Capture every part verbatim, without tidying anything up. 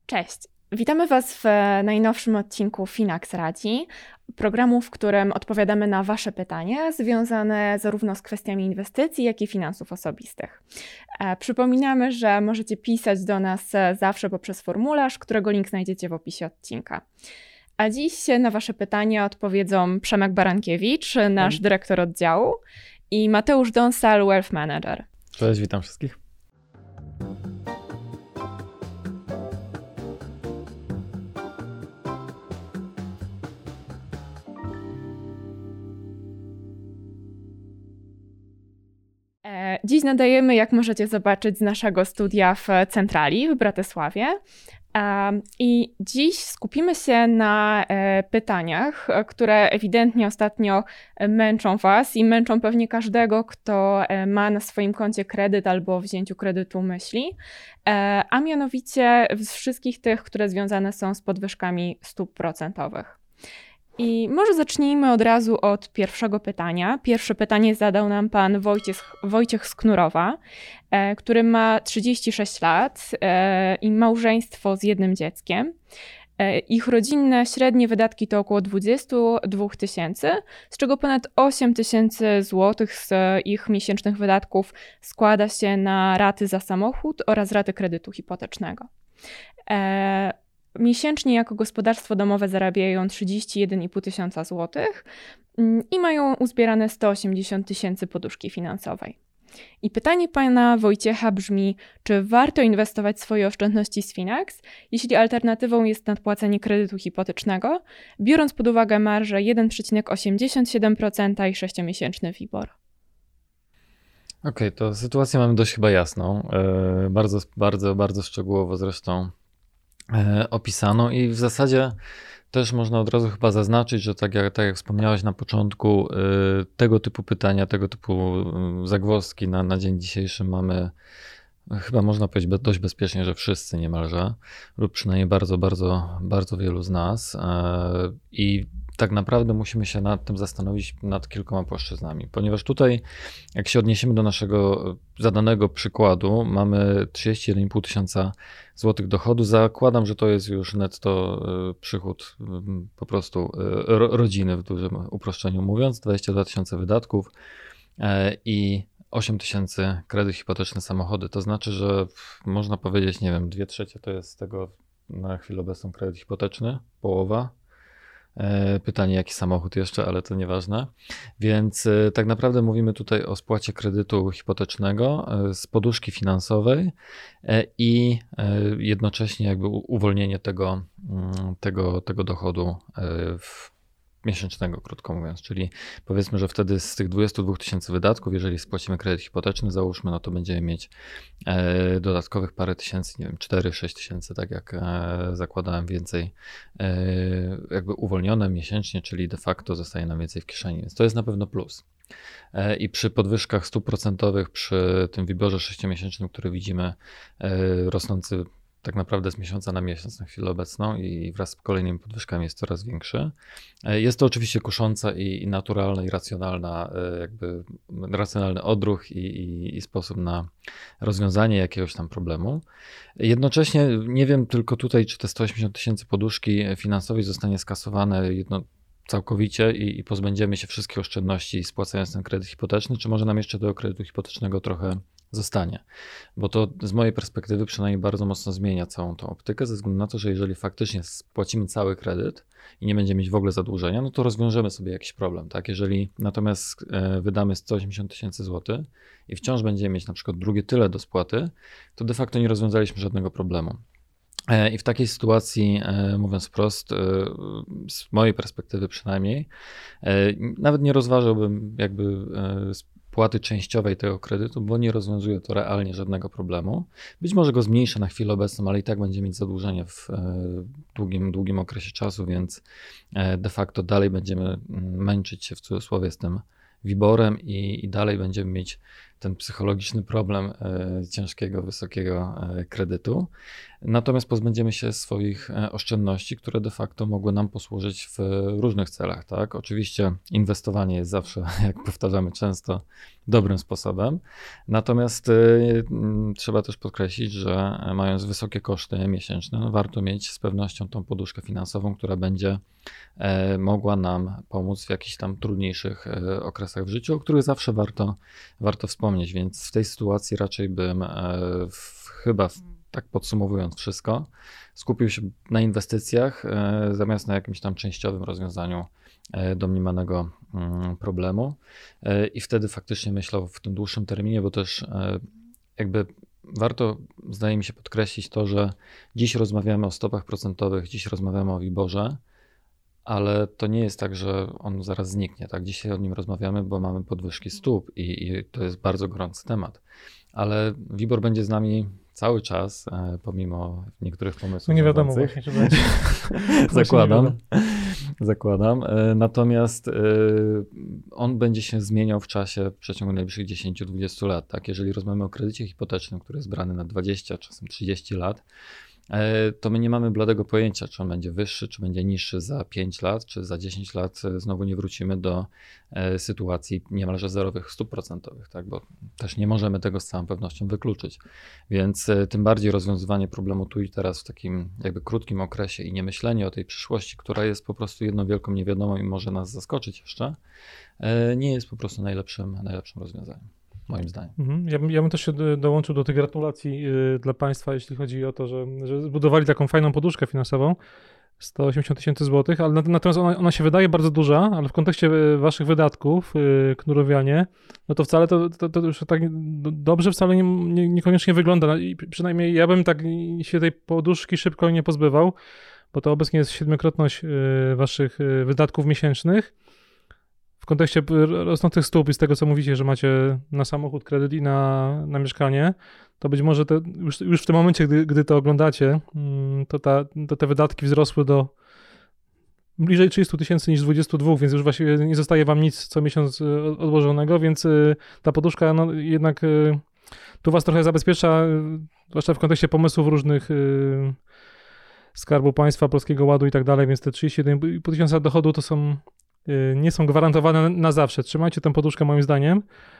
Cześć! Witamy Was w najnowszym odcinku Finax Radzi, programu, w którym odpowiadamy na Wasze pytania związane zarówno z kwestiami inwestycji, jak i finansów osobistych. Przypominamy, że możecie pisać do nas zawsze poprzez formularz, którego link znajdziecie w opisie odcinka. A dziś na Wasze pytania odpowiedzą Przemek Barankiewicz, nasz dyrektor oddziału, i Mateusz Donsal, Wealth Manager. Cześć, witam wszystkich. Dziś nadajemy, jak możecie zobaczyć, z naszego studia w Centrali w Bratysławie. I dziś skupimy się na pytaniach, które ewidentnie ostatnio męczą Was i męczą pewnie każdego, kto ma na swoim koncie kredyt albo o wzięciu kredytu myśli, a mianowicie z wszystkich tych, które związane są z podwyżkami stóp procentowych. I może zacznijmy od razu od pierwszego pytania. Pierwsze pytanie zadał nam pan Wojciech, Wojciech z Knurowa, e, który ma trzydzieści sześć lat e, i małżeństwo z jednym dzieckiem. E, ich rodzinne średnie wydatki to około dwadzieścia dwa tysięcy, z czego ponad osiem tysięcy złotych z ich miesięcznych wydatków składa się na raty za samochód oraz raty kredytu hipotecznego. E, Miesięcznie jako gospodarstwo domowe zarabiają trzydzieści jeden i pół tysiąca złotych i mają uzbierane sto osiemdziesiąt tysięcy poduszki finansowej. I pytanie pana Wojciecha brzmi, czy warto inwestować swoje oszczędności z Finax, jeśli alternatywą jest nadpłacenie kredytu hipotecznego, biorąc pod uwagę marżę jeden przecinek osiemdziesiąt siedem procent i sześciomiesięczny WIBOR? Okej, okay, to sytuację mamy dość chyba jasną. Yy, bardzo, bardzo, bardzo szczegółowo zresztą opisano i w zasadzie też można od razu chyba zaznaczyć, że tak jak, tak jak wspomniałeś na początku, tego typu pytania, tego typu zagwozdki na, na dzień dzisiejszy mamy, chyba można powiedzieć dość bezpiecznie, że wszyscy niemalże, lub przynajmniej bardzo, bardzo, bardzo wielu z nas, i tak naprawdę musimy się nad tym zastanowić nad kilkoma płaszczyznami, ponieważ tutaj, jak się odniesiemy do naszego zadanego przykładu, mamy trzydzieści jeden i pół tysiąca złotych dochodu. Zakładam, że to jest już netto przychód po prostu rodziny, w dużym uproszczeniu mówiąc, dwadzieścia dwa tysiące wydatków i osiem tysięcy kredyt hipoteczny samochody. To znaczy, że można powiedzieć, nie wiem, dwie trzecie to jest z tego na chwilę obecną kredyt hipoteczny, połowa. Pytanie, jaki samochód jeszcze, ale to nieważne. Więc tak naprawdę mówimy tutaj o spłacie kredytu hipotecznego z poduszki finansowej i jednocześnie jakby uwolnienie tego, tego, tego dochodu w miesięcznego, krótko mówiąc, czyli powiedzmy, że wtedy z tych dwudziestu dwóch tysięcy wydatków, jeżeli spłacimy kredyt hipoteczny, załóżmy, no to będziemy mieć e, dodatkowych parę tysięcy, nie wiem, cztery sześć tysięcy, tak jak e, zakładałem, więcej e, jakby uwolnione miesięcznie, czyli de facto zostaje nam więcej w kieszeni, więc to jest na pewno plus. E, I przy podwyżkach stóp procentowych, przy tym WIBORze sześciomiesięcznym, który widzimy e, rosnący tak naprawdę z miesiąca na miesiąc na chwilę obecną i wraz z kolejnymi podwyżkami jest coraz większy. Jest to oczywiście kusząca i, i naturalna i racjonalna, jakby racjonalny odruch i, i, i sposób na rozwiązanie jakiegoś tam problemu. Jednocześnie nie wiem tylko tutaj, czy te sto osiemdziesiąt tysięcy poduszki finansowej zostanie skasowane jedno całkowicie i, i pozbędziemy się wszystkich oszczędności spłacając ten kredyt hipoteczny, czy może nam jeszcze tego kredytu hipotecznego trochę zostanie, bo to z mojej perspektywy przynajmniej bardzo mocno zmienia całą tą optykę, ze względu na to, że jeżeli faktycznie spłacimy cały kredyt i nie będziemy mieć w ogóle zadłużenia, no to rozwiążemy sobie jakiś problem, tak? Jeżeli natomiast wydamy sto osiemdziesiąt tysięcy złotych i wciąż będziemy mieć na przykład drugie tyle do spłaty, to de facto nie rozwiązaliśmy żadnego problemu. I w takiej sytuacji, mówiąc wprost, z mojej perspektywy przynajmniej, nawet nie rozważałbym jakby spłaty częściowej tego kredytu, bo nie rozwiązuje to realnie żadnego problemu. Być może go zmniejszę na chwilę obecną, ale i tak będzie mieć zadłużenie w długim, długim okresie czasu, więc de facto dalej będziemy męczyć się w cudzysłowie z tym WIBORem i, i dalej będziemy mieć ten psychologiczny problem ciężkiego, wysokiego kredytu. Natomiast pozbędziemy się swoich oszczędności, które de facto mogły nam posłużyć w różnych celach. Tak? Oczywiście inwestowanie jest zawsze, jak powtarzamy często, dobrym sposobem. Natomiast y, trzeba też podkreślić, że mając wysokie koszty miesięczne, no warto mieć z pewnością tą poduszkę finansową, która będzie e, mogła nam pomóc w jakichś tam trudniejszych e, okresach w życiu, o których zawsze warto, warto wspomnieć. Więc w tej sytuacji raczej bym e, w, chyba w, tak podsumowując wszystko, skupił się na inwestycjach e, zamiast na jakimś tam częściowym rozwiązaniu domniemanego problemu i wtedy faktycznie myślał w tym dłuższym terminie, bo też jakby warto, zdaje mi się, podkreślić to, że dziś rozmawiamy o stopach procentowych, dziś rozmawiamy o WIBOR-ze, ale to nie jest tak, że on zaraz zniknie. Tak? Dzisiaj o nim rozmawiamy, bo mamy podwyżki stóp i, i to jest bardzo gorący temat. Ale WIBOR będzie z nami cały czas, pomimo niektórych pomysłów. No nie wiadomo właśnie, czy będzie. Zakładam. Zakładam. Natomiast on będzie się zmieniał w czasie w przeciągu najbliższych dziesięć do dwudziestu lat. Tak? Jeżeli rozmawiamy o kredycie hipotecznym, który jest brany na dwadzieścia, czasem trzydzieści lat, to my nie mamy bladego pojęcia, czy on będzie wyższy, czy będzie niższy za pięć lat, czy za dziesięć lat znowu nie wrócimy do sytuacji niemalże zerowych stóp procentowych, tak? Bo też nie możemy tego z całą pewnością wykluczyć. Więc tym bardziej rozwiązywanie problemu tu i teraz w takim jakby krótkim okresie i nie myślenie o tej przyszłości, która jest po prostu jedną wielką niewiadomą i może nas zaskoczyć jeszcze, nie jest po prostu najlepszym, najlepszym rozwiązaniem. Moim zdaniem. Mhm. Ja, bym, ja bym też się dołączył do tych gratulacji yy, dla Państwa, jeśli chodzi o to, że, że zbudowali taką fajną poduszkę finansową, sto osiemdziesiąt tysięcy złotych, ale natomiast ona, ona się wydaje bardzo duża, ale w kontekście Waszych wydatków, yy, knurowianie, no to wcale to, to, to już tak dobrze wcale nie, nie, niekoniecznie wygląda. I przynajmniej ja bym tak się tej poduszki szybko nie pozbywał, bo to obecnie jest siedmiokrotność yy, Waszych yy, wydatków miesięcznych. W kontekście rosnących stóp i z tego, co mówicie, że macie na samochód kredyt i na, na mieszkanie, to być może te, już, już w tym momencie, gdy, gdy to oglądacie, to, ta, to te wydatki wzrosły do bliżej trzydziestu tysięcy niż dwudziestu dwóch, więc już właściwie nie zostaje wam nic co miesiąc odłożonego, więc ta poduszka no, jednak tu was trochę zabezpiecza, zwłaszcza w kontekście pomysłów różnych Skarbu Państwa, Polskiego Ładu i tak dalej, więc te trzydzieści jeden i pół tysiąca dochodu to są nie są gwarantowane na zawsze. Trzymajcie tę poduszkę moim zdaniem.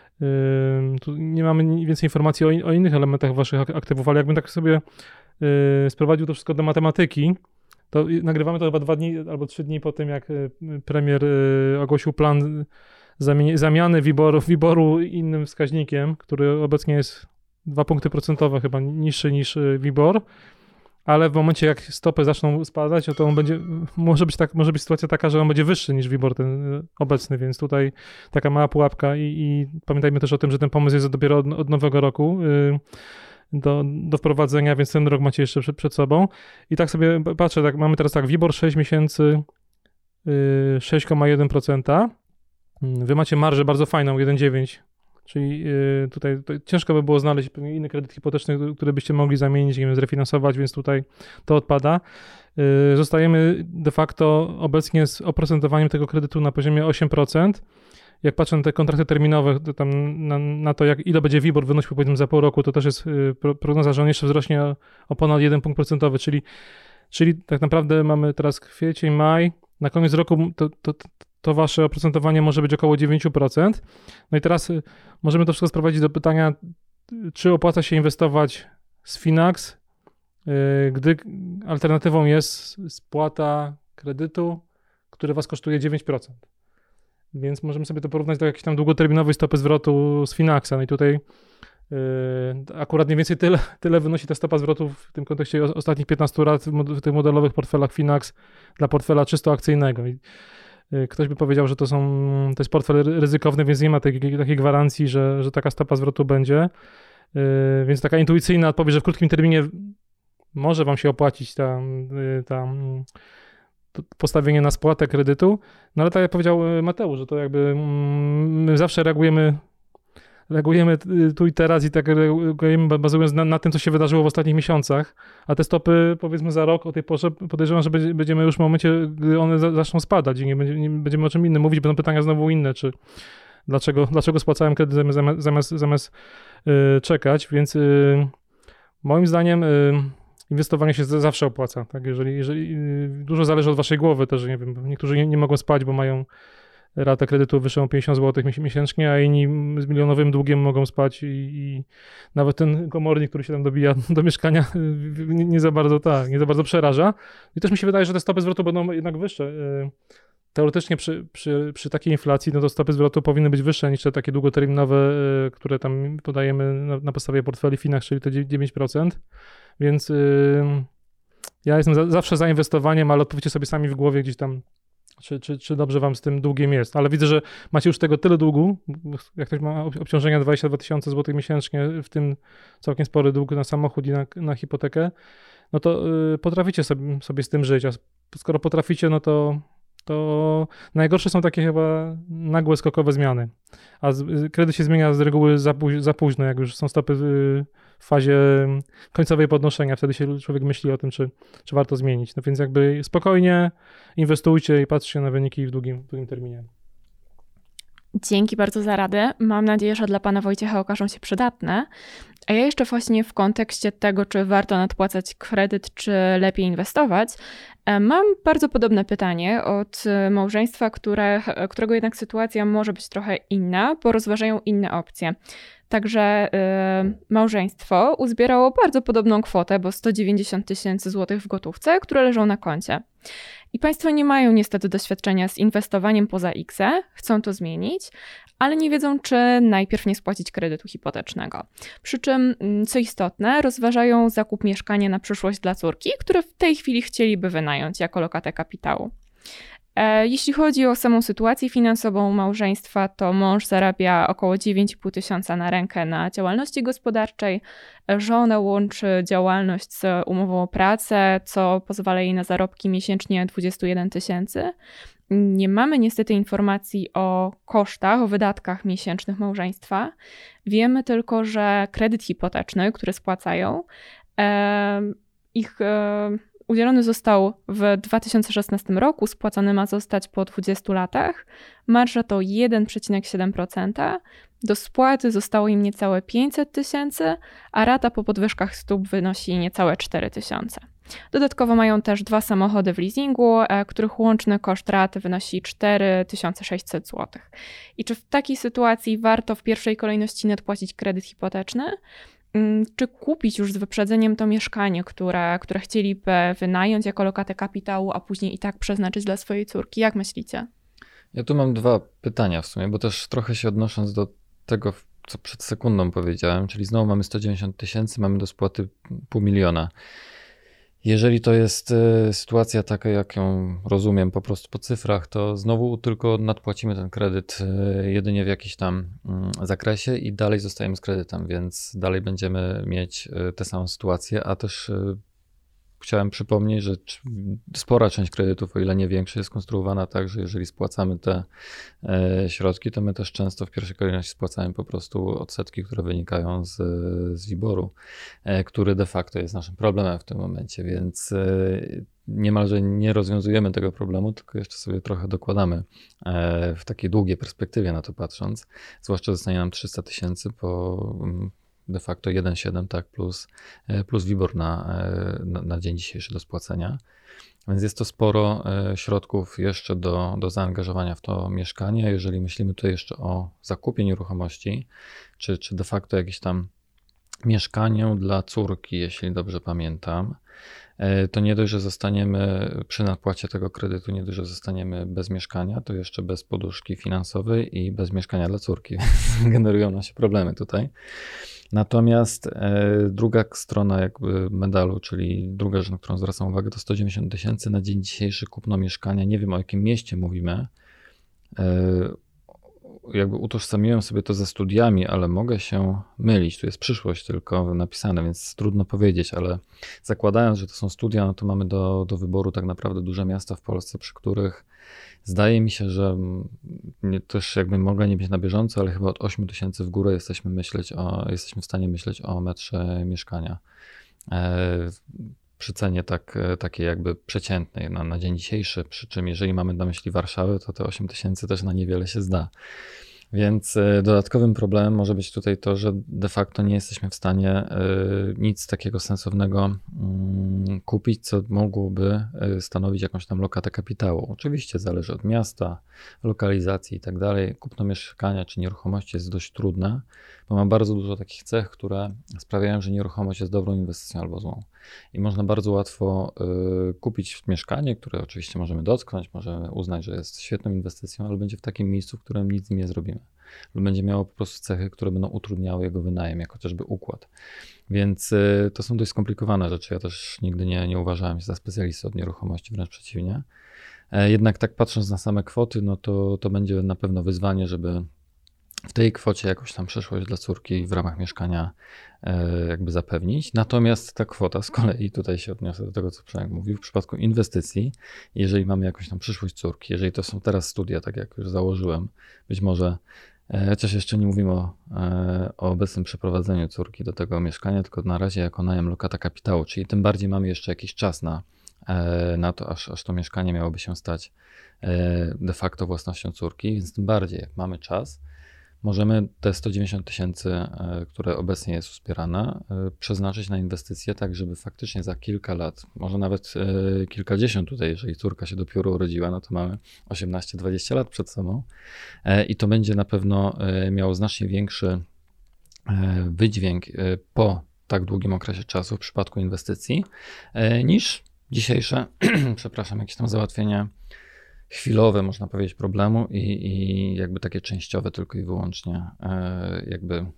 Tu nie mamy więcej informacji o, in, o innych elementach waszych aktywów, ale jakbym tak sobie sprowadził to wszystko do matematyki, to nagrywamy to chyba dwa dni albo trzy dni po tym, jak premier ogłosił plan zamiany, zamiany WIBOR-u, WIBOR-u innym wskaźnikiem, który obecnie jest dwa punkty procentowe chyba niższy niż WIBOR. Ale w momencie, jak stopy zaczną spadać, to on będzie, może być tak, może być sytuacja taka, że on będzie wyższy niż WIBOR ten obecny, więc tutaj taka mała pułapka i, i pamiętajmy też o tym, że ten pomysł jest dopiero od, od nowego roku yy, do, do wprowadzenia, więc ten rok macie jeszcze przed, przed sobą. I tak sobie patrzę, tak mamy teraz tak, WIBOR sześć miesięcy, yy, sześć przecinek jeden procent. Wy macie marżę bardzo fajną, jeden przecinek dziewięć. Czyli yy, tutaj, tutaj ciężko by było znaleźć inny kredyt hipoteczny, który byście mogli zamienić, nie wiem, zrefinansować, więc tutaj to odpada. Yy, zostajemy de facto obecnie z oprocentowaniem tego kredytu na poziomie osiem procent. Jak patrzę na te kontrakty terminowe, to tam na, na to, jak ile będzie WIBOR wynosił powiedzmy za pół roku, to też jest yy, prognoza, że on jeszcze wzrośnie o, o ponad jeden punkt procentowy, czyli, czyli tak naprawdę mamy teraz kwiecień, maj, na koniec roku to, to, to to wasze oprocentowanie może być około dziewięć procent. No i teraz możemy to wszystko sprowadzić do pytania, czy opłaca się inwestować z Finax, gdy alternatywą jest spłata kredytu, który was kosztuje dziewięć procent. Więc możemy sobie to porównać do jakiejś tam długoterminowej stopy zwrotu z Finaxa. No i tutaj yy, akurat mniej więcej tyle, tyle wynosi ta stopa zwrotu w tym kontekście ostatnich piętnastu lat w, mod- w tych modelowych portfelach Finax dla portfela czysto akcyjnego. I ktoś by powiedział, że to są, to jest portfel ryzykowny, więc nie ma takiej, takiej gwarancji, że, że taka stopa zwrotu będzie. Yy, więc taka intuicyjna odpowiedź, że w krótkim terminie może wam się opłacić ta, ta, to postawienie na spłatę kredytu. No ale tak jak powiedział Mateusz, że to jakby my zawsze reagujemy reagujemy tu i teraz i tak reagujemy bazując na, na tym, co się wydarzyło w ostatnich miesiącach, a te stopy powiedzmy za rok o tej porze podejrzewam, że będziemy już w momencie, gdy one za, zaczną spadać i nie, będzie, nie będziemy o czym innym mówić, będą pytania znowu inne, czy dlaczego, dlaczego spłacałem kredyt zamiast, zamiast, zamiast yy, czekać, więc yy, moim zdaniem yy, inwestowanie się zawsze opłaca. Tak? Jeżeli, jeżeli yy, dużo zależy od waszej głowy też, nie wiem, niektórzy nie, nie mogą spać, bo mają ratę kredytu wyższą o pięćdziesiąt złotych miesięcznie, a inni z milionowym długiem mogą spać i, i nawet ten komornik, który się tam dobija do mieszkania, nie, nie za bardzo tak, nie za bardzo przeraża. I też mi się wydaje, że te stopy zwrotu będą jednak wyższe. Teoretycznie przy, przy, przy takiej inflacji, no to stopy zwrotu powinny być wyższe niż te takie długoterminowe, które tam podajemy na, na podstawie portfeli Finach, czyli te dziewięć procent. Więc yy, ja jestem za, zawsze za inwestowaniem, ale odpowiedzcie sobie sami w głowie gdzieś tam, Czy, czy, czy dobrze wam z tym długiem jest, ale widzę, że macie już tego tyle długu, jak ktoś ma obciążenia dwadzieścia dwa tysiące złotych miesięcznie, w tym całkiem spory dług na samochód i na, na hipotekę, no to y, potraficie sobie, sobie z tym żyć, a skoro potraficie, no to, to najgorsze są takie chyba nagłe, skokowe zmiany, a z, kredyt się zmienia z reguły za, póź, za późno, jak już są stopy w, w fazie końcowej podnoszenia, wtedy się człowiek myśli o tym, czy, czy warto zmienić. No więc jakby spokojnie inwestujcie i patrzcie na wyniki w długim, w długim terminie. Dzięki bardzo za radę. Mam nadzieję, że dla pana Wojciecha okażą się przydatne. A ja jeszcze właśnie w kontekście tego, czy warto nadpłacać kredyt, czy lepiej inwestować, mam bardzo podobne pytanie od małżeństwa, które, którego jednak sytuacja może być trochę inna, bo rozważają inne opcje. Także y, małżeństwo uzbierało bardzo podobną kwotę, bo sto dziewięćdziesiąt tysięcy złotych w gotówce, które leżą na koncie. I państwo nie mają niestety doświadczenia z inwestowaniem poza X E, chcą to zmienić, ale nie wiedzą, czy najpierw nie spłacić kredytu hipotecznego. Przy czym, co istotne, rozważają zakup mieszkania na przyszłość dla córki, które w tej chwili chcieliby wynająć jako lokatę kapitału. Jeśli chodzi o samą sytuację finansową małżeństwa, to mąż zarabia około dziewięć i pół tysiąca na rękę na działalności gospodarczej. Żona łączy działalność z umową o pracę, co pozwala jej na zarobki miesięcznie dwadzieścia jeden tysięcy. Nie mamy niestety informacji o kosztach, o wydatkach miesięcznych małżeństwa. Wiemy tylko, że kredyt hipoteczny, który spłacają, e, ich... E, udzielony został w dwa tysiące szesnastym roku, spłacony ma zostać po dwudziestu latach. Marża to jeden przecinek siedem procent. Do spłaty zostało im niecałe pięćset tysięcy, a rata po podwyżkach stóp wynosi niecałe cztery tysiące. Dodatkowo mają też dwa samochody w leasingu, których łączny koszt raty wynosi cztery tysiące sześćset złotych. I czy w takiej sytuacji warto w pierwszej kolejności nadpłacić kredyt hipoteczny? Czy kupić już z wyprzedzeniem to mieszkanie, które, które chcieliby wynająć jako lokatę kapitału, a później i tak przeznaczyć dla swojej córki? Jak myślicie? Ja tu mam dwa pytania w sumie, bo też trochę się odnosząc do tego, co przed sekundą powiedziałem, czyli znowu mamy sto dziewięćdziesiąt tysięcy, mamy do spłaty pół miliona. Jeżeli to jest y, sytuacja taka, jak ją rozumiem po prostu po cyfrach, to znowu tylko nadpłacimy ten kredyt y, jedynie w jakimś tam y, zakresie i dalej zostajemy z kredytem, więc dalej będziemy mieć y, tę samą sytuację, a też y, chciałem przypomnieć, że spora część kredytów, o ile nie większa, jest konstruowana tak, że jeżeli spłacamy te e, środki, to my też często w pierwszej kolejności spłacamy po prostu odsetki, które wynikają z, z WIBOR-u, e, który de facto jest naszym problemem w tym momencie, więc e, niemalże nie rozwiązujemy tego problemu, tylko jeszcze sobie trochę dokładamy e, w takiej długiej perspektywie na to patrząc, zwłaszcza zostanie nam trzysta tysięcy po de facto jeden przecinek siedem, tak, plus, plus WIBOR na, na, na dzień dzisiejszy do spłacenia. Więc jest to sporo środków jeszcze do, do zaangażowania w to mieszkanie. Jeżeli myślimy tutaj jeszcze o zakupie nieruchomości, czy, czy de facto jakieś tam mieszkaniu dla córki, jeśli dobrze pamiętam, to nie dość, że zostaniemy przy nadpłacie tego kredytu, nie dość, że zostaniemy bez mieszkania, to jeszcze bez poduszki finansowej i bez mieszkania dla córki. Generują nam się problemy tutaj. Natomiast e, druga strona jakby medalu, czyli druga rzecz, na którą zwracam uwagę, to sto dziewięćdziesiąt tysięcy na dzień dzisiejszy kupno mieszkania. Nie wiem, o jakim mieście mówimy. E, jakby utożsamiłem sobie to ze studiami, ale mogę się mylić. Tu jest przyszłość tylko napisane, więc trudno powiedzieć, ale zakładając, że to są studia, no to mamy do, do wyboru tak naprawdę duże miasta w Polsce, przy których zdaje mi się, że nie, też jakby mogę nie być na bieżąco, ale chyba od ośmiu tysięcy w górę jesteśmy myśleć o, jesteśmy w stanie myśleć o metrze mieszkania. E, przy cenie tak, takiej jakby przeciętnej na, na dzień dzisiejszy, przy czym jeżeli mamy na myśli Warszawę, to te osiem tysięcy też na niewiele się zda. Więc y, dodatkowym problemem może być tutaj to, że de facto nie jesteśmy w stanie y, nic takiego sensownego y, kupić, co mogłoby y, stanowić jakąś tam lokatę kapitału. Oczywiście zależy od miasta, lokalizacji i tak dalej. Kupno mieszkania czy nieruchomości jest dość trudne, bo ma bardzo dużo takich cech, które sprawiają, że nieruchomość jest dobrą inwestycją albo złą. I można bardzo łatwo y, kupić mieszkanie, które oczywiście możemy dotknąć, możemy uznać, że jest świetną inwestycją, ale będzie w takim miejscu, w którym nic z nim nie zrobimy. Lub będzie miało po prostu cechy, które będą utrudniały jego wynajem, jak chociażby układ. Więc y, to są dość skomplikowane rzeczy. Ja też nigdy nie, nie uważałem się za specjalistę od nieruchomości, wręcz przeciwnie. E, jednak tak patrząc na same kwoty, no to, to będzie na pewno wyzwanie, żeby w tej kwocie jakoś tam przyszłość dla córki w ramach mieszkania e, jakby zapewnić. Natomiast ta kwota z kolei, tutaj się odniosę do tego, co Przemek mówił, w przypadku inwestycji, jeżeli mamy jakąś tam przyszłość córki, jeżeli to są teraz studia, tak jak już założyłem, być może, e, chociaż jeszcze nie mówimy o, e, o obecnym przeprowadzeniu córki do tego mieszkania, tylko na razie jako najem lokata kapitału, czyli tym bardziej mamy jeszcze jakiś czas na, e, na to, aż, aż to mieszkanie miałoby się stać e, de facto własnością córki, więc tym bardziej jak mamy czas, możemy te sto dziewięćdziesiąt tysięcy, które obecnie jest wspierane, przeznaczyć na inwestycje tak, żeby faktycznie za kilka lat, może nawet kilkadziesiąt tutaj, jeżeli córka się dopiero urodziła, no to mamy osiemnaście dwadzieścia lat przed sobą i to będzie na pewno miało znacznie większy wydźwięk po tak długim okresie czasu w przypadku inwestycji niż dzisiejsze, przepraszam, jakieś tam załatwienie chwilowe, można powiedzieć, problemu i, i jakby takie częściowe tylko i wyłącznie e, jakby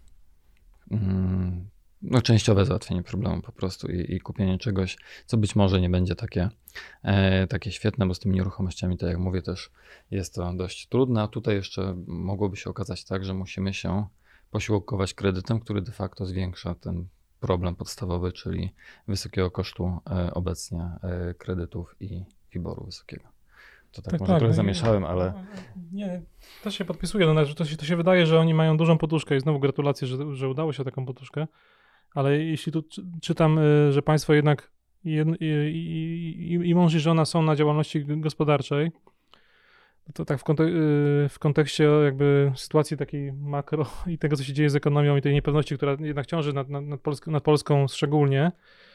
mm, no częściowe załatwienie problemu po prostu i, i kupienie czegoś, co być może nie będzie takie, e, takie świetne, bo z tymi nieruchomościami, tak jak mówię, też jest to dość trudne, a tutaj jeszcze mogłoby się okazać tak, że musimy się posiłkować kredytem, który de facto zwiększa ten problem podstawowy, czyli wysokiego kosztu e, obecnie e, kredytów i WIBOR-u wysokiego. To tak, tak może tak, trochę zamieszałem, ale... Nie, też się podpisuję. No, to, się, to się wydaje, że oni mają dużą poduszkę i znowu gratulacje, że, że udało się taką poduszkę, ale jeśli tu czytam, że państwo jednak i, i, i, i mąż i żona są na działalności gospodarczej, to tak w, kontek- w kontekście jakby sytuacji takiej makro i tego, co się dzieje z ekonomią i tej niepewności, która jednak ciąży nad, nad, nad, Polską, nad Polską szczególnie,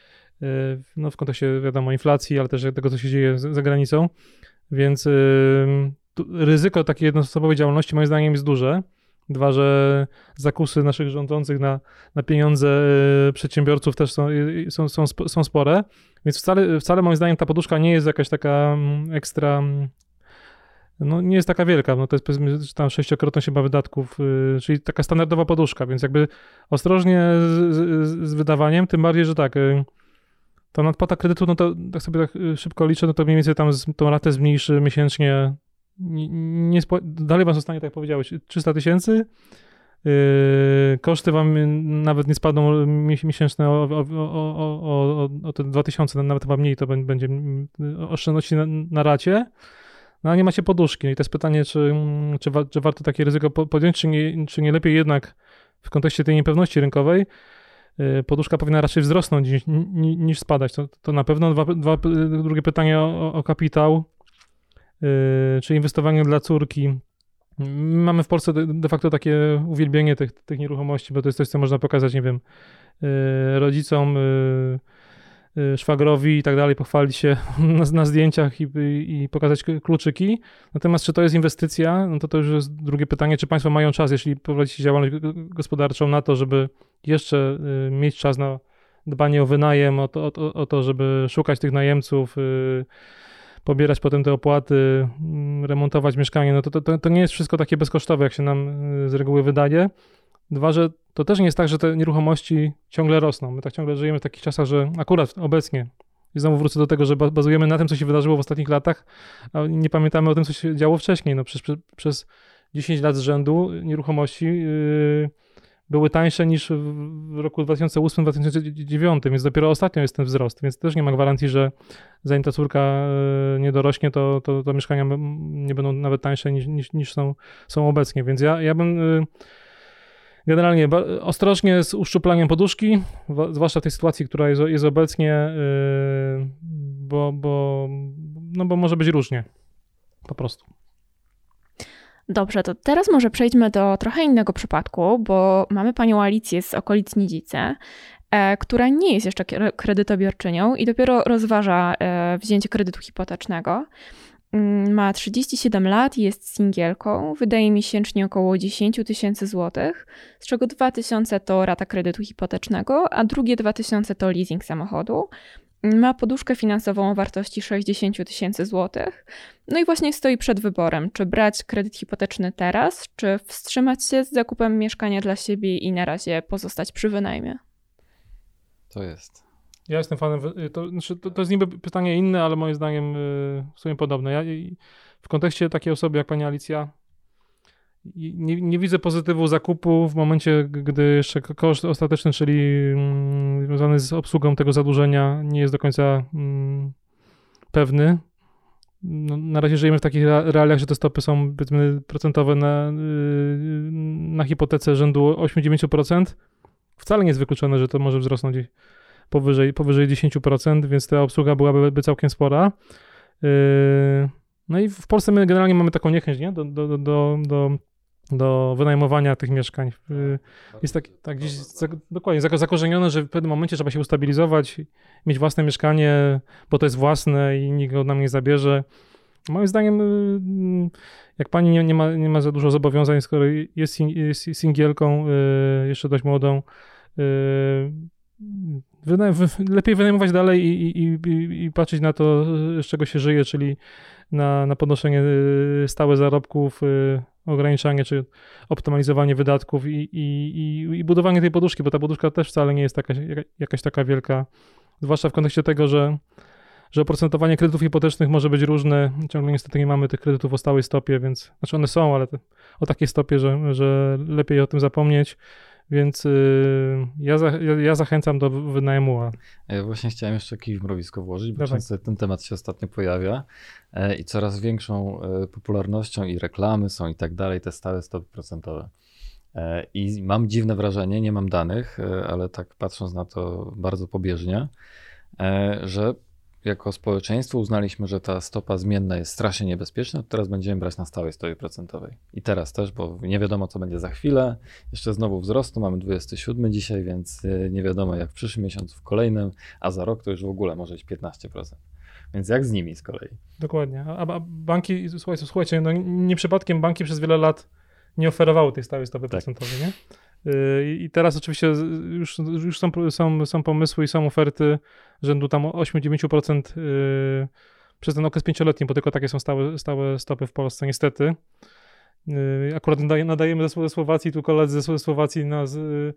no w kontekście wiadomo inflacji, ale też tego, co się dzieje za granicą, więc y, ryzyko takiej jednoosobowej działalności moim zdaniem jest duże. Dwa, że zakusy naszych rządzących na, na pieniądze y, przedsiębiorców też są, y, są, są, są spore, więc wcale, wcale moim zdaniem ta poduszka nie jest jakaś taka ekstra, no nie jest taka wielka, no to jest powiedzmy tam sześciokrotność chyba wydatków, y, czyli taka standardowa poduszka, więc jakby ostrożnie z, z, z wydawaniem, tym bardziej, że tak... Y, to nadpłata kredytu, no to tak sobie tak szybko liczę, no to mniej więcej tam z, tą ratę zmniejszy miesięcznie, nie, nie spo, dalej wam zostanie, tak jak powiedziałeś, trzysta tysięcy, yy, koszty wam nawet nie spadną miesięczne o, o, o, o, o, o te dwa tysiące, nawet chyba mniej to będzie oszczędności na, na racie, no a nie macie poduszki. I to jest pytanie, czy, czy, wa, czy warto takie ryzyko podjąć, czy nie, czy nie lepiej jednak w kontekście tej niepewności rynkowej poduszka powinna raczej wzrosnąć niż, niż spadać. To, to na pewno. Dwa, dwa, drugie pytanie o, o kapitał, yy, czy inwestowanie dla córki. Mamy w Polsce de, de facto takie uwielbienie tych, tych nieruchomości, bo to jest coś, co można pokazać, nie wiem, yy, rodzicom, yy, yy, szwagrowi i tak dalej, pochwalić się na, na zdjęciach i, i, i pokazać kluczyki. Natomiast czy to jest inwestycja? No to to już jest drugie pytanie, czy państwo mają czas, jeśli prowadzicie działalność gospodarczą, na to, żeby jeszcze y, mieć czas na dbanie o wynajem, o to, o, o to, żeby szukać tych najemców, y, pobierać potem te opłaty, y, remontować mieszkanie. No to, to, to nie jest wszystko takie bezkosztowe, jak się nam y, z reguły wydaje. Dwa, że to też nie jest tak, że te nieruchomości ciągle rosną. My tak ciągle żyjemy w takich czasach, że akurat obecnie, i znowu wrócę do tego, że bazujemy na tym, co się wydarzyło w ostatnich latach, a nie pamiętamy o tym, co się działo wcześniej. No przez, przez, przez dziesięć lat z rzędu nieruchomości yy, były tańsze niż w roku dwa tysiące ósmym dwa tysiące dziewiątym, więc dopiero ostatnio jest ten wzrost, więc też nie ma gwarancji, że zanim ta córka nie dorośnie, to, to, to mieszkania nie będą nawet tańsze niż, niż, niż są, są obecnie, więc ja, ja bym generalnie ostrożnie z uszczuplaniem poduszki, zwłaszcza w tej sytuacji, która jest, jest obecnie, bo, bo, no bo może być różnie, po prostu. Dobrze, to teraz może przejdźmy do trochę innego przypadku, bo mamy panią Alicję z okolic Nidzice, e, która nie jest jeszcze kredytobiorczynią i dopiero rozważa e, wzięcie kredytu hipotecznego. Ma trzydzieści siedem lat, jest singielką, wydaje miesięcznie około dziesięć tysięcy złotych, z czego dwa tysiące to rata kredytu hipotecznego, a drugie dwa tysiące to leasing samochodu. Ma poduszkę finansową o wartości sześćdziesiąt tysięcy złotych. No i właśnie stoi przed wyborem, czy brać kredyt hipoteczny teraz, czy wstrzymać się z zakupem mieszkania dla siebie i na razie pozostać przy wynajmie. To jest. Ja jestem fanem, to, znaczy, to, to jest niby pytanie inne, ale moim zdaniem w sumie podobne. Ja w kontekście takiej osoby jak pani Alicja nie, nie widzę pozytywu zakupu w momencie, gdy jeszcze koszt ostateczny, czyli mm, związany z obsługą tego zadłużenia nie jest do końca mm, pewny. No, na razie żyjemy w takich realiach, że te stopy są powiedzmy procentowe na, na hipotece rzędu osiem do dziewięciu procent. Wcale nie jest wykluczone, że to może wzrosnąć powyżej, powyżej dziesięć procent, więc ta obsługa byłaby by całkiem spora. Yy, no i w Polsce my generalnie mamy taką niechęć, nie? Do, do, do, do, do wynajmowania tych mieszkań. Yy, jest tak, tak gdzieś za, dokładnie zakorzenione, że w pewnym momencie trzeba się ustabilizować, mieć własne mieszkanie, bo to jest własne i nikt go nam nie zabierze. Moim zdaniem, yy, jak pani nie, nie, ma, nie ma za dużo zobowiązań, skoro jest, sing, jest singielką, yy, jeszcze dość młodą, yy, Wyna- wy- lepiej wynajmować dalej i, i, i, i patrzeć na to, z czego się żyje, czyli na, na podnoszenie stałe zarobków, ograniczanie czy optymalizowanie wydatków i, i, i, i budowanie tej poduszki, bo ta poduszka też wcale nie jest taka, jakaś taka wielka, zwłaszcza w kontekście tego, że, że oprocentowanie kredytów hipotecznych może być różne. Ciągle niestety nie mamy tych kredytów o stałej stopie, więc znaczy one są, ale te, o takiej stopie, że, że lepiej o tym zapomnieć. Więc yy, ja, za, ja, ja zachęcam do wynajmu. A... Ja właśnie chciałem jeszcze kij w mrowisko włożyć, bo Dawaj. często ten temat się ostatnio pojawia e, i coraz większą e, popularnością i reklamy są i tak dalej, te stałe stopy procentowe. E, I mam dziwne wrażenie, nie mam danych, e, ale tak patrząc na to bardzo pobieżnie, e, że jako społeczeństwo uznaliśmy, że ta stopa zmienna jest strasznie niebezpieczna, to teraz będziemy brać na stałej stopie procentowej. I teraz też, bo nie wiadomo, co będzie za chwilę. Jeszcze znowu wzrostu, mamy dwudziestego siódmego dzisiaj, więc nie wiadomo jak w przyszłym miesiącu, w kolejnym, a za rok to już w ogóle może być piętnaście procent. Więc jak z nimi z kolei? Dokładnie. A, a banki, słuchajcie, słuchajcie, no nie przypadkiem banki przez wiele lat nie oferowały tej stałej stopy tak. procentowej, nie? I teraz oczywiście już, już są, są, są pomysły i są oferty rzędu tam osiem do dziewięciu procent przez ten okres pięcioletni, bo tylko takie są stałe, stałe stopy w Polsce, niestety. Akurat nadajemy ze Słowacji, tu koledzy ze Słowacji nas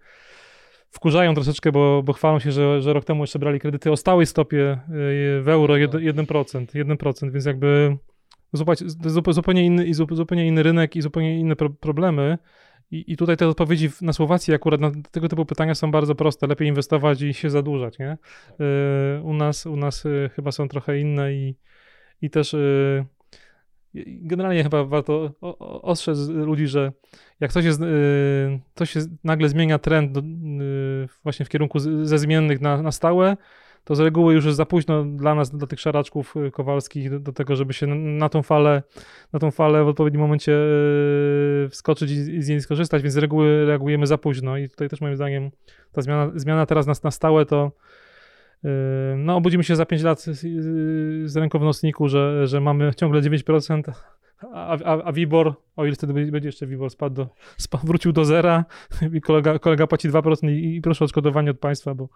wkurzają troszeczkę, bo, bo chwalą się, że, że rok temu jeszcze brali kredyty o stałej stopie w euro jeden procent, jeden procent, więc jakby zupełnie inny, zupełnie inny rynek i zupełnie inne pro, problemy. I, I tutaj te odpowiedzi na Słowacji akurat na tego typu pytania są bardzo proste. Lepiej inwestować i się zadłużać, nie? Y, u nas, u nas y, chyba są trochę inne i, i też y, generalnie chyba warto o, o, ostrzec ludzi, że jak coś jest, y, coś się nagle zmienia trend do, y, właśnie w kierunku z, ze zmiennych na, na stałe, to z reguły już jest za późno dla nas, dla tych szaraczków kowalskich, do, do tego, żeby się na, na tą falę, na tą falę w odpowiednim momencie yy, wskoczyć i, i z niej skorzystać, więc z reguły reagujemy za późno i tutaj też moim zdaniem ta zmiana, zmiana teraz na, na stałe to yy, no obudzimy się za pięć lat z, z ręką w nocniku, że, że mamy ciągle dziewięć procent, a, a, a WIBOR, o ile wtedy będzie jeszcze WIBOR spadł, do, spadł, wrócił do zera i kolega, kolega płaci dwa procent i, i proszę o odszkodowanie od państwa, bo,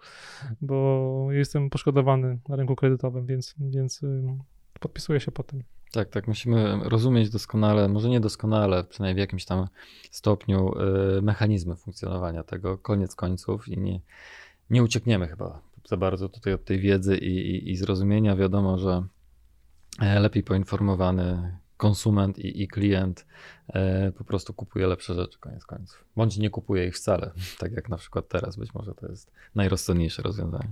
bo jestem poszkodowany na rynku kredytowym, więc, więc yy, podpisuję się po tym. Tak, tak, musimy rozumieć doskonale, może nie doskonale, przynajmniej w jakimś tam stopniu yy, mechanizmy funkcjonowania tego, koniec końców i nie, nie uciekniemy chyba za bardzo tutaj od tej wiedzy i, i, i zrozumienia. Wiadomo, że lepiej poinformowany konsument i, i klient e, po prostu kupuje lepsze rzeczy koniec końców. Bądź nie kupuje ich wcale, tak jak na przykład teraz. Być może to jest najrozsądniejsze rozwiązanie.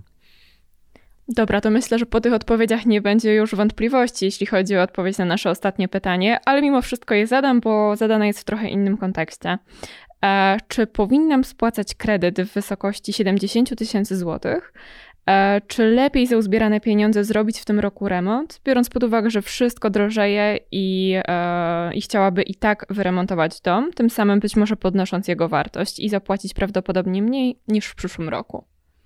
Dobra, to myślę, że po tych odpowiedziach nie będzie już wątpliwości, jeśli chodzi o odpowiedź na nasze ostatnie pytanie, ale mimo wszystko je zadam, bo zadane jest w trochę innym kontekście. E, czy powinnam spłacać kredyt w wysokości siedemdziesiąt tysięcy złotych, E, czy lepiej za uzbierane pieniądze zrobić w tym roku remont, biorąc pod uwagę, że wszystko drożeje i, e, i chciałaby i tak wyremontować dom, tym samym być może podnosząc jego wartość i zapłacić prawdopodobnie mniej niż w przyszłym roku.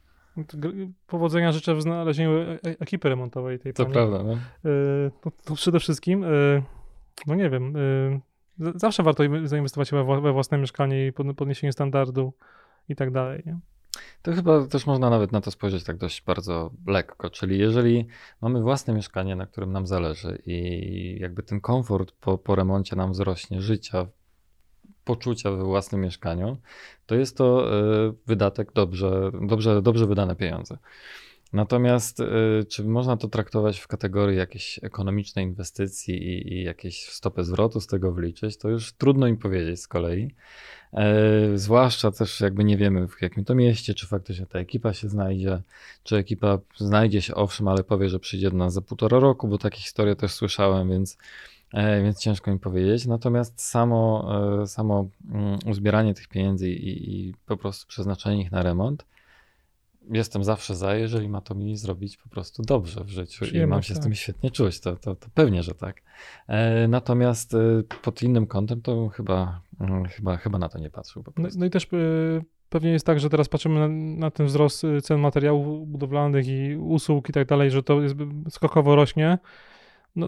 Powodzenia życzę w znalezieniu ekipy remontowej tej To pani. prawda, no. To, to przede wszystkim, no nie wiem, zawsze warto zainwestować we własne mieszkanie i podniesienie standardu i tak dalej, nie? To chyba też można nawet na to spojrzeć tak dość bardzo lekko, czyli jeżeli mamy własne mieszkanie, na którym nam zależy i jakby ten komfort po, po remoncie nam wzrośnie, życia, poczucia we własnym mieszkaniu, to jest to y, wydatek dobrze, dobrze, dobrze wydane pieniądze. Natomiast y, czy można to traktować w kategorii jakiejś ekonomicznej inwestycji i, i jakiejś stopy zwrotu z tego wliczyć, to już trudno im powiedzieć z kolei. E, zwłaszcza też jakby nie wiemy w jakim to mieście, czy faktycznie ta ekipa się znajdzie, czy ekipa znajdzie się owszem, ale powie, że przyjdzie do nas za półtora roku, bo takie historie też słyszałem, więc, e, więc ciężko im powiedzieć. Natomiast samo, e, samo um, uzbieranie tych pieniędzy i, i po prostu przeznaczenie ich na remont, jestem zawsze za, jeżeli ma to mi zrobić po prostu dobrze w życiu i mam się tak z tym świetnie czuć, to, to, to pewnie, że tak. E, natomiast e, pod innym kątem to chyba, mm, chyba, chyba na to nie patrzył po prostu. No, no i też y, pewnie jest tak, że teraz patrzymy na, na ten wzrost cen materiałów budowlanych i usług i tak dalej, że to jest, skokowo rośnie. No,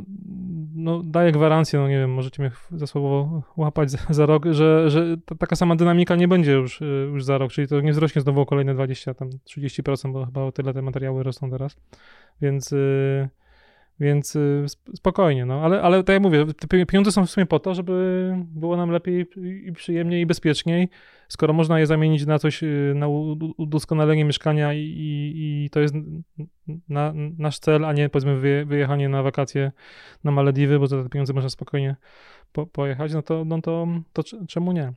no daję gwarancję, no nie wiem, możecie mnie za słowo łapać za, za rok, że, że ta, taka sama dynamika nie będzie już, już za rok, czyli to nie wzrośnie znowu o kolejne dwadzieścia, tam trzydzieści procent, bo chyba o tyle te materiały rosną teraz, więc, yy, więc yy, spokojnie, no, ale, ale tak jak mówię, te pieniądze są w sumie po to, żeby było nam lepiej i przyjemniej i bezpieczniej, skoro można je zamienić na coś, na udoskonalenie mieszkania i, i, i to jest na, nasz cel, a nie powiedzmy wyje, wyjechanie na wakacje na Malediwy, bo za te pieniądze można spokojnie po, pojechać, no to, no to, to czemu nie?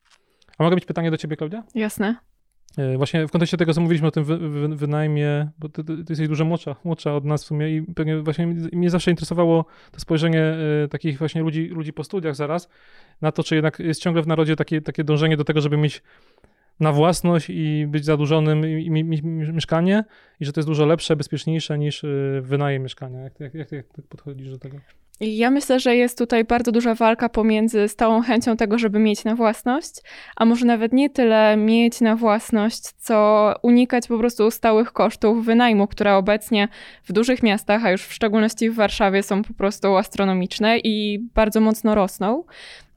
A mogę mieć pytanie do ciebie, Klaudia? Jasne. Właśnie w kontekście tego, co mówiliśmy o tym wy, wy, wynajmie, bo ty, ty jesteś dużo młodsza, młodsza od nas w sumie i pewnie właśnie mnie zawsze interesowało to spojrzenie y, takich właśnie ludzi, ludzi po studiach zaraz na to, czy jednak jest ciągle w narodzie takie, takie dążenie do tego, żeby mieć na własność i być zadłużonym i mieć mieszkanie i że to jest dużo lepsze, bezpieczniejsze niż y, wynajem mieszkania. Jak, jak, jak, jak podchodzisz do tego? Ja myślę, że jest tutaj bardzo duża walka pomiędzy stałą chęcią tego, żeby mieć na własność, a może nawet nie tyle mieć na własność, co unikać po prostu stałych kosztów wynajmu, które obecnie w dużych miastach, a już w szczególności w Warszawie są po prostu astronomiczne i bardzo mocno rosną.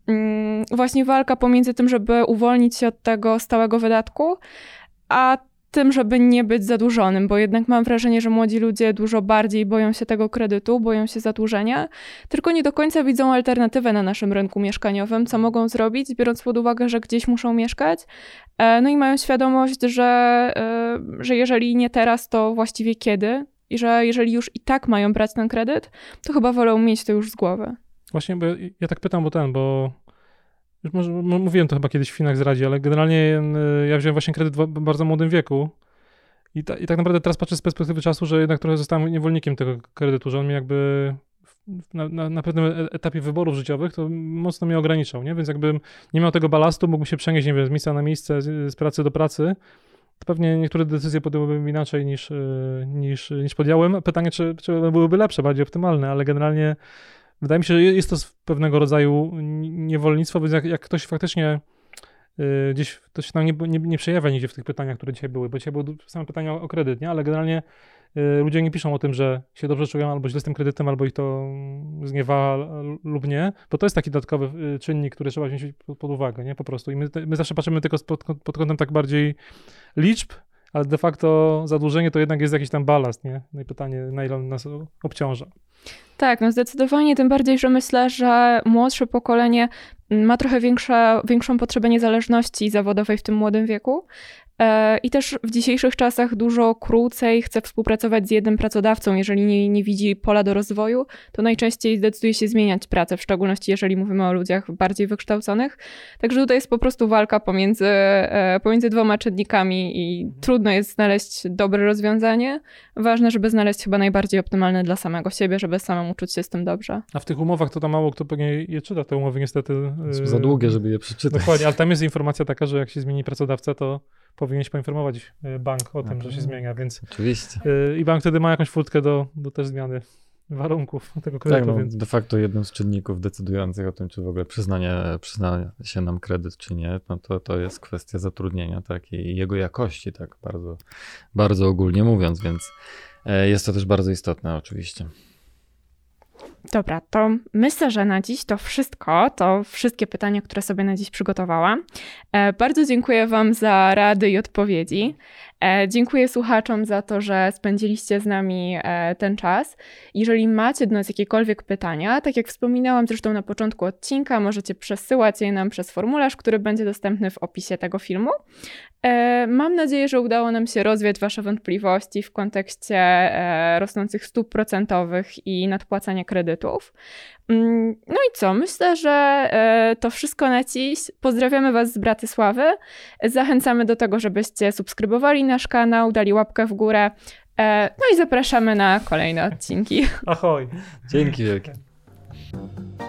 Właśnie walka pomiędzy tym, żeby uwolnić się od tego stałego wydatku, a tym, żeby nie być zadłużonym, bo jednak mam wrażenie, że młodzi ludzie dużo bardziej boją się tego kredytu, boją się zadłużenia, tylko nie do końca widzą alternatywę na naszym rynku mieszkaniowym, co mogą zrobić, biorąc pod uwagę, że gdzieś muszą mieszkać, no i mają świadomość, że, że jeżeli nie teraz, to właściwie kiedy i że jeżeli już i tak mają brać ten kredyt, to chyba wolą mieć to już z głowy. Właśnie, bo ja tak pytam, bo ten, bo już może, mówiłem to chyba kiedyś w Finach z Radzi, ale generalnie ja wziąłem właśnie kredyt w bardzo młodym wieku i, ta, i tak naprawdę teraz patrzę z perspektywy czasu, że jednak trochę zostałem niewolnikiem tego kredytu, że on mnie jakby na, na, na pewnym etapie wyborów życiowych to mocno mnie ograniczał, nie? Więc jakbym nie miał tego balastu, mógłbym się przenieść, nie wiem, z miejsca na miejsce, z, z pracy do pracy, to pewnie niektóre decyzje podjąłbym inaczej niż, niż, niż podjąłem. Pytanie, czy, czy byłyby lepsze, bardziej optymalne, ale generalnie wydaje mi się, że jest to pewnego rodzaju niewolnictwo, więc jak, jak ktoś faktycznie y, gdzieś, to się tam nie, nie, nie przejawia nigdzie w tych pytaniach, które dzisiaj były, bo dzisiaj były same pytania o, o kredyt, nie? Ale generalnie y, ludzie nie piszą o tym, że się dobrze czują albo źle z tym kredytem, albo ich to zgniewa lub nie, bo to jest taki dodatkowy y, czynnik, który trzeba wziąć pod, pod uwagę, nie? Po prostu. I my, te, my zawsze patrzymy tylko pod, pod kątem tak bardziej liczb, ale de facto zadłużenie to jednak jest jakiś tam balast, nie? No i pytanie, na ile on nas obciąża. Tak, no zdecydowanie, tym bardziej, że myślę, że młodsze pokolenie ma trochę większa, większą potrzebę niezależności zawodowej w tym młodym wieku. I też w dzisiejszych czasach dużo krócej chce współpracować z jednym pracodawcą. Jeżeli nie, nie widzi pola do rozwoju, to najczęściej zdecyduje się zmieniać pracę, w szczególności jeżeli mówimy o ludziach bardziej wykształconych. Także tutaj jest po prostu walka pomiędzy, pomiędzy dwoma czynnikami i trudno jest znaleźć dobre rozwiązanie. Ważne, żeby znaleźć chyba najbardziej optymalne dla samego siebie, żeby samemu czuć się z tym dobrze. A w tych umowach to tam mało kto pewnie je czyta, te umowy niestety. Są za długie, żeby je przeczytać. Dokładnie, ale tam jest informacja taka, że jak się zmieni pracodawca, to po powinieneś poinformować bank o tym, okay. że się zmienia, więc oczywiście. I bank wtedy ma jakąś furtkę do, do też zmiany warunków tego kredytu. Tak, no, więc... de facto jednym z czynników decydujących o tym, czy w ogóle przyznanie, przyzna się nam kredyt, czy nie, no to, to jest kwestia zatrudnienia, tak, i jego jakości, tak, bardzo, bardzo ogólnie mówiąc, więc jest to też bardzo istotne oczywiście. Dobra, to myślę, że na dziś to wszystko, to wszystkie pytania, które sobie na dziś przygotowałam. E, bardzo dziękuję Wam za rady i odpowiedzi. E, dziękuję słuchaczom za to, że spędziliście z nami e, ten czas. Jeżeli macie do nas jakiekolwiek pytania, tak jak wspominałam zresztą na początku odcinka, możecie przesyłać je nam przez formularz, który będzie dostępny w opisie tego filmu. E, mam nadzieję, że udało nam się rozwiać Wasze wątpliwości w kontekście e, rosnących stóp procentowych i nadpłacania kredytów. No i co? Myślę, że e, to wszystko na dziś. Pozdrawiamy Was z Bratysławy. Zachęcamy do tego, żebyście subskrybowali nasz kanał, dali łapkę w górę. E, no i zapraszamy na kolejne odcinki. Ahoj! Dzięki wielkie.